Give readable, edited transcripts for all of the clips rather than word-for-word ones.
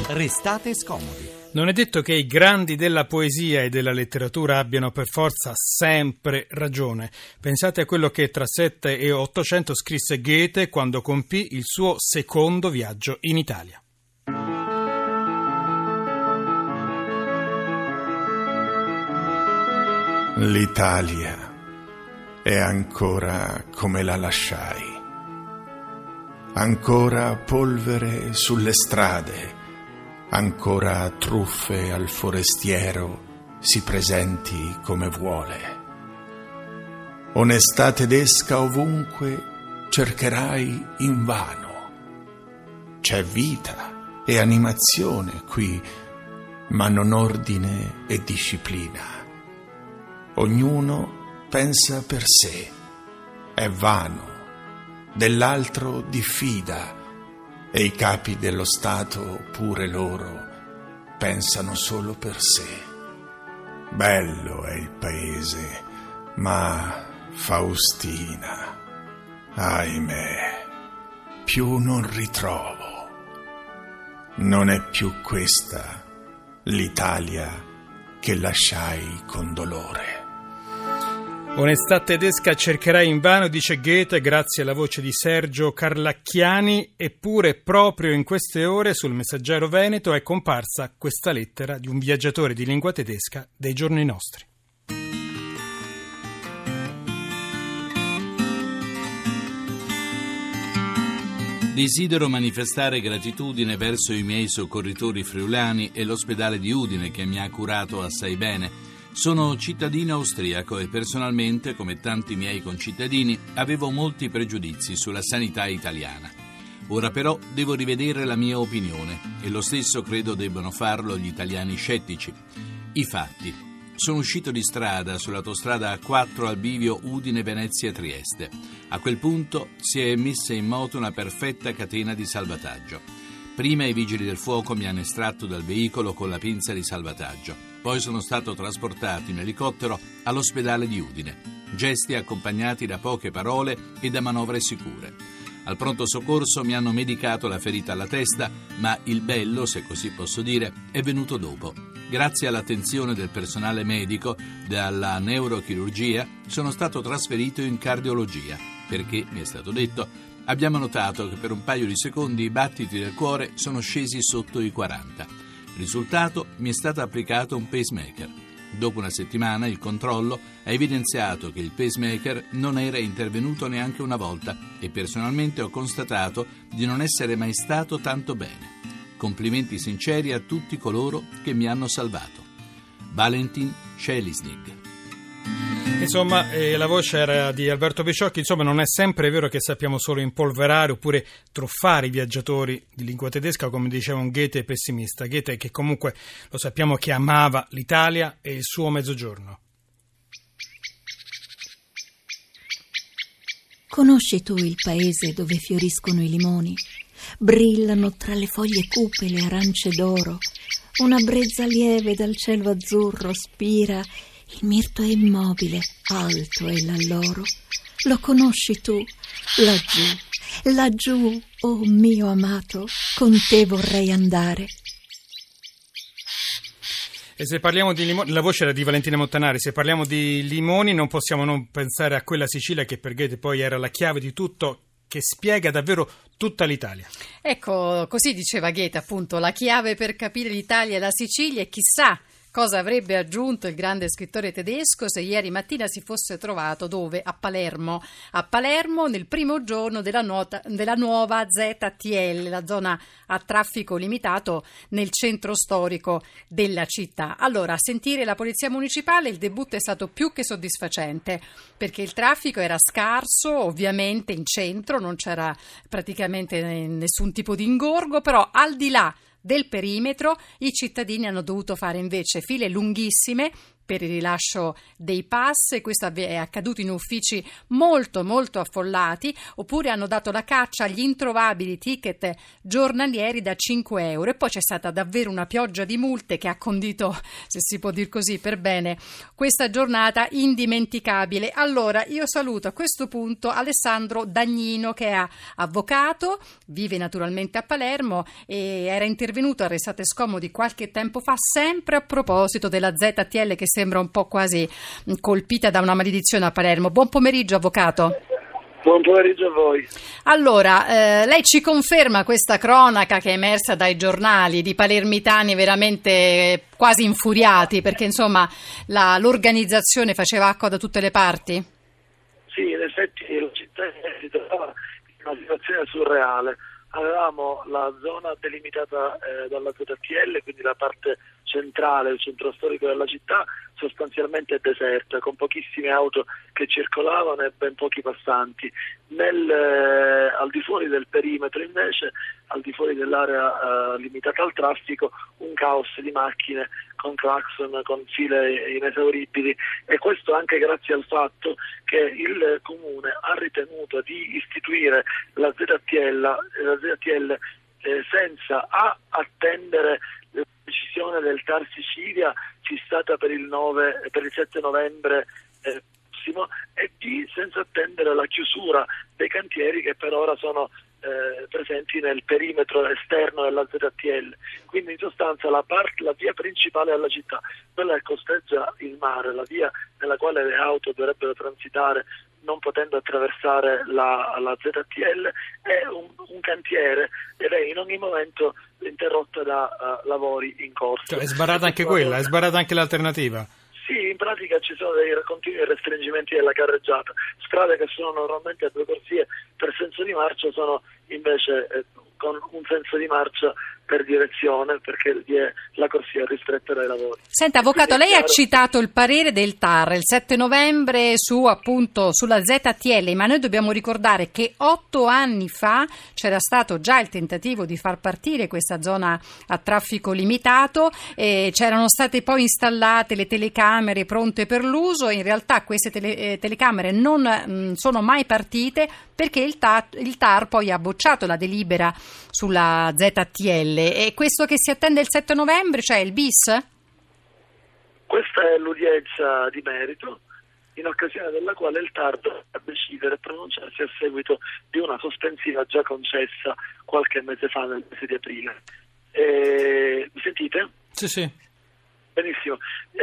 Restate scomodi. Non è detto che i grandi della poesia e della letteratura abbiano per forza sempre ragione. Pensate a quello che tra 7 e 800 scrisse Goethe quando compì il suo secondo viaggio in Italia. L'Italia è ancora come la lasciai, ancora polvere sulle strade, ancora truffe al forestiero si presenti come vuole. Onestà tedesca ovunque cercherai invano. C'è vita e animazione qui, ma non ordine e disciplina. Ognuno pensa per sé, è vano, dell'altro diffida, e i capi dello Stato, pure loro, pensano solo per sé. Bello è il paese, ma Faustina, ahimè, più non ritrovo. Non è più questa l'Italia che lasciai con dolore. Onestà tedesca cercherai invano, dice Goethe, grazie alla voce di Sergio Carlacchiani. Eppure proprio in queste ore sul Messaggero Veneto è comparsa questa lettera di un viaggiatore di lingua tedesca dei giorni nostri. Desidero manifestare gratitudine verso i miei soccorritori friulani e l'ospedale di Udine che mi ha curato assai bene. Sono cittadino austriaco e personalmente, come tanti miei concittadini, avevo molti pregiudizi sulla sanità italiana. Ora però devo rivedere la mia opinione e lo stesso credo debbano farlo gli italiani scettici. I fatti. Sono uscito di strada sull'autostrada A4 al bivio Udine-Venezia-Trieste. A quel punto si è messa in moto una perfetta catena di salvataggio. Prima i vigili del fuoco mi hanno estratto dal veicolo con la pinza di salvataggio. Poi sono stato trasportato in elicottero all'ospedale di Udine. Gesti accompagnati da poche parole e da manovre sicure. Al pronto soccorso mi hanno medicato la ferita alla testa, ma il bello, se così posso dire, è venuto dopo. Grazie all'attenzione del personale medico, dalla neurochirurgia, sono stato trasferito in cardiologia, perché, mi è stato detto, abbiamo notato che per un paio di secondi i battiti del cuore sono scesi sotto i 40. Risultato, mi è stato applicato un pacemaker. Dopo una settimana il controllo ha evidenziato che il pacemaker non era intervenuto neanche una volta e personalmente ho constatato di non essere mai stato tanto bene. Complimenti sinceri a tutti coloro che mi hanno salvato. Valentin Schelesnig. Insomma, la voce era di Alberto Biciocchi. Insomma, non è sempre vero che sappiamo solo impolverare oppure truffare i viaggiatori di lingua tedesca, come diceva un Goethe pessimista. Goethe che comunque lo sappiamo che amava l'Italia e il suo mezzogiorno. Conosci tu il paese dove fioriscono i limoni? Brillano tra le foglie cupe le arance d'oro. Una brezza lieve dal cielo azzurro spira. Il mirto è immobile, alto è l'alloro. Lo conosci tu? Laggiù, oh mio amato, con te vorrei andare. E se parliamo di limoni, la voce era di Valentina Montanari, se parliamo di limoni non possiamo non pensare a quella Sicilia che per Goethe poi era la chiave di tutto, che spiega davvero tutta l'Italia. Ecco, così diceva Goethe, appunto, la chiave per capire l'Italia è la Sicilia e chissà cosa avrebbe aggiunto il grande scrittore tedesco se ieri mattina si fosse trovato dove? A Palermo. A Palermo nel primo giorno della nuova ZTL, la zona a traffico limitato nel centro storico della città. Allora, a sentire la polizia municipale il debutto è stato più che soddisfacente perché il traffico era scarso, ovviamente in centro non c'era praticamente nessun tipo di ingorgo, però al di là del perimetro i cittadini hanno dovuto fare invece file lunghissime per il rilascio dei pass, e questo è accaduto in uffici molto molto affollati, oppure hanno dato la caccia agli introvabili ticket giornalieri da 5 euro, e poi c'è stata davvero una pioggia di multe che ha condito, se si può dir così, per bene questa giornata indimenticabile. Allora io saluto a questo punto Alessandro Dagnino, che è avvocato, vive naturalmente a Palermo e era intervenuto a Restate Scomodi qualche tempo fa, sempre a proposito della ZTL, che sembra un po' quasi colpita da una maledizione a Palermo. Buon pomeriggio, avvocato. Buon pomeriggio a voi. Allora, lei ci conferma questa cronaca che è emersa dai giornali di palermitani veramente quasi infuriati perché insomma l'organizzazione faceva acqua da tutte le parti? Sì, in effetti la città si trovava in una situazione surreale. Avevamo la zona delimitata dalla ZTL, quindi la parte centrale, il centro storico della città, sostanzialmente deserta, con pochissime auto che circolavano e ben pochi passanti. Al di fuori del perimetro, invece, al di fuori dell'area limitata al traffico, un caos di macchine con clacson, con file inesauribili, e questo anche grazie al fatto che il Comune ha ritenuto di istituire la ZTL senza attendere la decisione del TAR Sicilia fissata per il 7 novembre prossimo, e senza attendere la chiusura dei cantieri che per ora sono presenti nel perimetro esterno della ZTL. Quindi in sostanza la via principale della città, quella che costeggia il mare, la via nella quale le auto dovrebbero transitare non potendo attraversare la ZTL, è un cantiere ed è in ogni momento interrotta da lavori in corso. Cioè, è sbarrata anche quella, è sbarrata anche l'alternativa? Sì, in pratica ci sono dei continui restringimenti della carreggiata. Strade che sono normalmente a 2 corsie per senso di marcia sono invece con un senso di marcia per direzione, perché la corsia è ristretta dai lavori. Senta, avvocato, lei ha citato il parere del TAR il 7 novembre sulla ZTL, ma noi dobbiamo ricordare che 8 anni fa c'era stato già il tentativo di far partire questa zona a traffico limitato, e c'erano state poi installate le telecamere pronte per l'uso. In realtà queste telecamere non sono mai partite perché il TAR poi ha bocciato la delibera sulla ZTL. E questo che si attende il 7 novembre, cioè il bis? Questa è l'udienza di merito, in occasione della quale il TAR dovrà decidere e pronunciarsi a seguito di una sospensiva già concessa qualche mese fa, nel mese di aprile. Mi sentite? Sì, sì. Benissimo.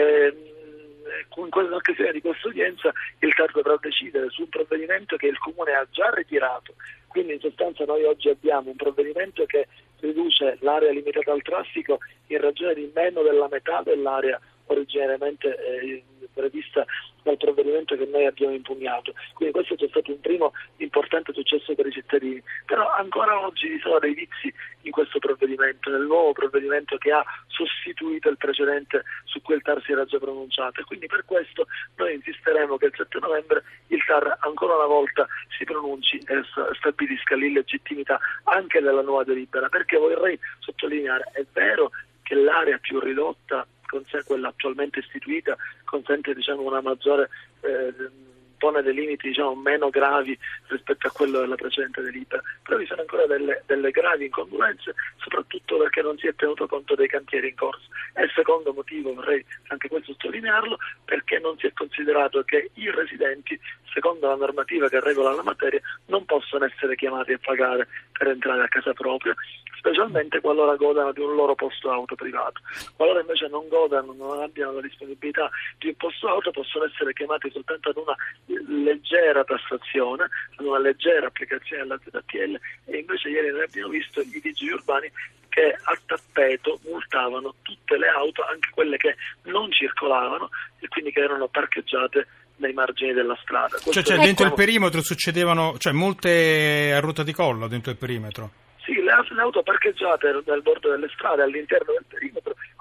In occasione di questa udienza il TAR dovrà decidere su un provvedimento che il Comune ha già ritirato. Quindi in sostanza noi oggi abbiamo un provvedimento che riduce l'area limitata al traffico in ragione di meno della metà dell'area originariamente prevista dal provvedimento che noi abbiamo impugnato. Quindi questo è stato un primo importante successo per i cittadini. Però ancora oggi ci sono dei vizi in questo provvedimento, nel nuovo provvedimento che ha sostituito il precedente su cui il TAR si era già pronunciato, e quindi per questo noi insisteremo che il 7 novembre il TAR ancora una volta si pronunci e stabilisca l'illegittimità anche della nuova delibera, perché vorrei sottolineare, è vero che l'area più ridotta, quella attualmente istituita, consente una maggiore pone dei limiti meno gravi rispetto a quello della precedente delibera, però vi sono ancora delle gravi incongruenze, soprattutto perché non si è tenuto conto dei cantieri in corso. E il secondo motivo, vorrei anche questo sottolinearlo, perché non si è considerato che i residenti, secondo la normativa che regola la materia, non possono essere chiamati a pagare per entrare a casa propria, specialmente qualora godano di un loro posto auto privato. Qualora invece non godano, non abbiano la disponibilità di un posto auto, possono essere chiamati soltanto ad una leggera tassazione, ad una leggera applicazione della ZTL, e invece ieri noi abbiamo visto i vigili urbani che a tappeto multavano tutte le auto, anche quelle che non circolavano e quindi che erano parcheggiate nei margini della strada. Cioè dentro il perimetro succedevano molte a ruota di collo dentro il perimetro? Sì, le auto parcheggiate nel bordo delle strade all'interno del perimetro,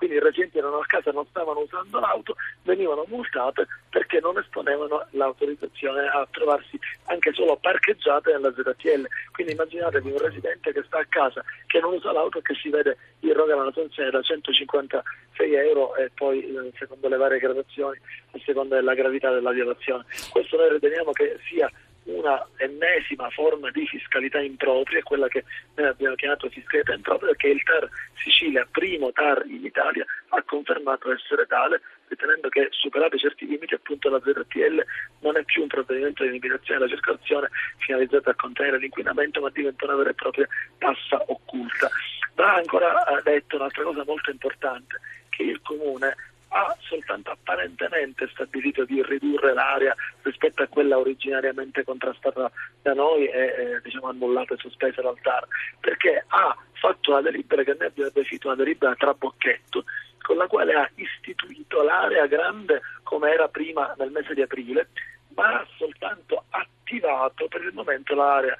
quindi i residenti erano a casa, non stavano usando l'auto, venivano multate perché non esponevano l'autorizzazione a trovarsi anche solo parcheggiate nella ZTL. Quindi immaginatevi un residente che sta a casa, che non usa l'auto e che si vede irrogare una sanzione da 156 euro e poi secondo le varie gradazioni, a seconda della gravità della violazione. Questo noi riteniamo che sia una ennesima forma di fiscalità impropria, quella che noi abbiamo chiamato fiscalità impropria, che il TAR Sicilia, primo TAR in Italia, ha confermato essere tale, ritenendo che superati certi limiti appunto la ZTL non è più un provvedimento di limitazione della circolazione finalizzato a contenere l'inquinamento, ma diventa una vera e propria tassa occulta. Va ancora detto un'altra cosa molto importante, che il Comune ha soltanto apparentemente stabilito di ridurre l'area rispetto a quella originariamente contrastata da noi e annullata e sospesa dal TAR, perché ha fatto una delibera che noi abbiamo definito una delibera trabocchetto, con la quale ha istituito l'area grande come era prima nel mese di aprile, ma ha soltanto attivato per il momento l'area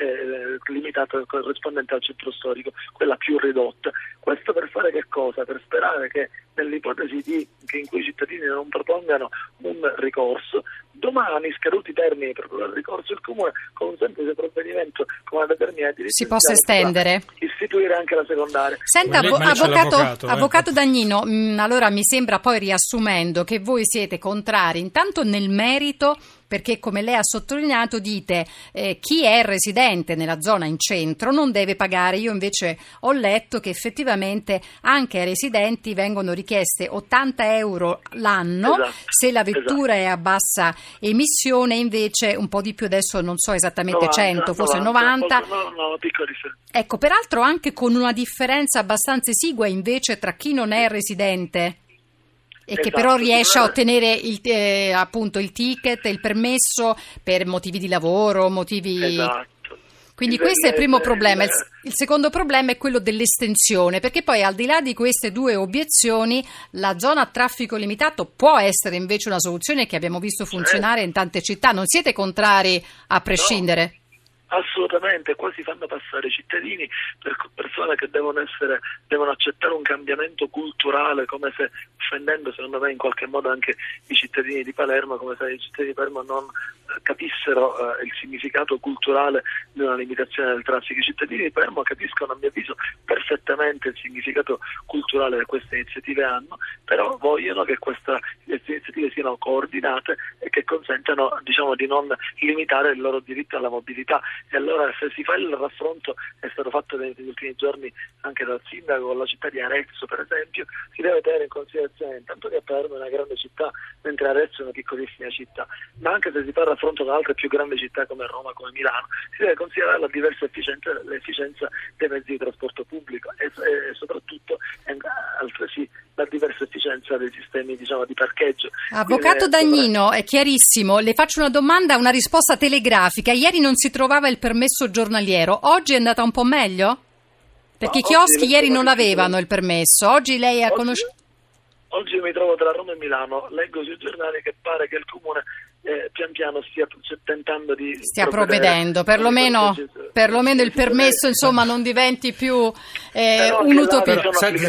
limitata corrispondente al centro storico, quella più ridotta. Questo per fare che cosa? Per sperare che nell'ipotesi in cui i cittadini non propongano un ricorso, domani, scaduti i termini per il ricorso, il Comune con un semplice provvedimento come determinati si possa estendere, istituire anche la secondaria. Senta, avvocato Dagnino, allora mi sembra, poi riassumendo, che voi siete contrari intanto nel merito, perché come lei ha sottolineato dite chi è residente nella zona in centro non deve pagare. Io invece ho letto che effettivamente anche ai residenti vengono richieste 80 euro l'anno, esatto, se la vettura è a bassa emissione, invece un po' di più, adesso non so esattamente 100, forse 90. No, piccoli. Ecco, peraltro anche con una differenza abbastanza esigua invece tra chi non è residente e che però riesce a ottenere appunto il ticket, il permesso per motivi di lavoro, Esatto. Quindi questo è il primo problema. Il secondo problema è quello dell'estensione, perché poi al di là di queste due obiezioni la zona a traffico limitato può essere invece una soluzione che abbiamo visto funzionare in tante città. Non siete contrari a prescindere? No. Assolutamente, qua si fanno passare i cittadini per persone che devono accettare un cambiamento culturale, come se, offendendo secondo me in qualche modo anche i cittadini di Palermo, come se i cittadini di Palermo non capissero il significato culturale di una limitazione del traffico. I cittadini di Palermo capiscono, a mio avviso, perfettamente il significato culturale che queste iniziative hanno, però vogliono che queste iniziative siano coordinate e che consentano di non limitare il loro diritto alla mobilità. E allora, se si fa il raffronto, è stato fatto negli ultimi giorni anche dal sindaco con la città di Arezzo, per esempio, si deve tenere in considerazione intanto che Palermo è una grande città, mentre Arezzo è una piccolissima città, ma anche se si fa il raffronto con altre più grandi città come Roma, come Milano, si deve considerare la diversa l'efficienza dei mezzi di trasporto pubblico e soprattutto altresì la diversa efficienza dei sistemi di parcheggio. Avvocato Dagnino, è chiarissimo, le faccio una domanda, una risposta telegrafica. Ieri non si trovava il permesso giornaliero, oggi è andata un po' meglio? Perché i chioschi ieri non avevano il permesso, oggi lei ha conosciuto... Oggi mi trovo tra Roma e Milano, leggo sui giornali che pare che il Comune pian piano stia tentando di... Stia provvedendo, perlomeno il permesso non diventi più un'utopia.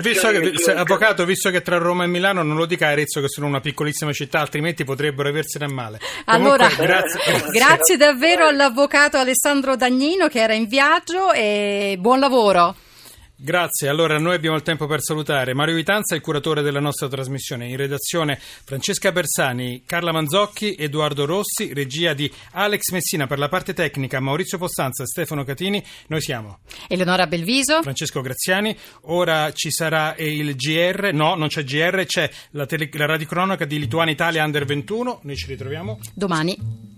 Avvocato, visto che tra Roma e Milano, non lo dica a Arezzo che sono una piccolissima città, altrimenti potrebbero aversene a male. Allora, comunque, grazie davvero all'avvocato Alessandro Dagnino che era in viaggio e buon lavoro. Grazie, allora noi abbiamo il tempo per salutare Mario Vitanza, il curatore della nostra trasmissione, in redazione Francesca Bersani, Carla Manzocchi, Edoardo Rossi, regia di Alex Messina, per la parte tecnica Maurizio Costanza, Stefano Catini, noi siamo Eleonora Belviso, Francesco Graziani. Ora ci sarà il GR, no, non c'è GR, c'è la radiocronaca di Lituania Italia Under 21, noi ci ritroviamo domani.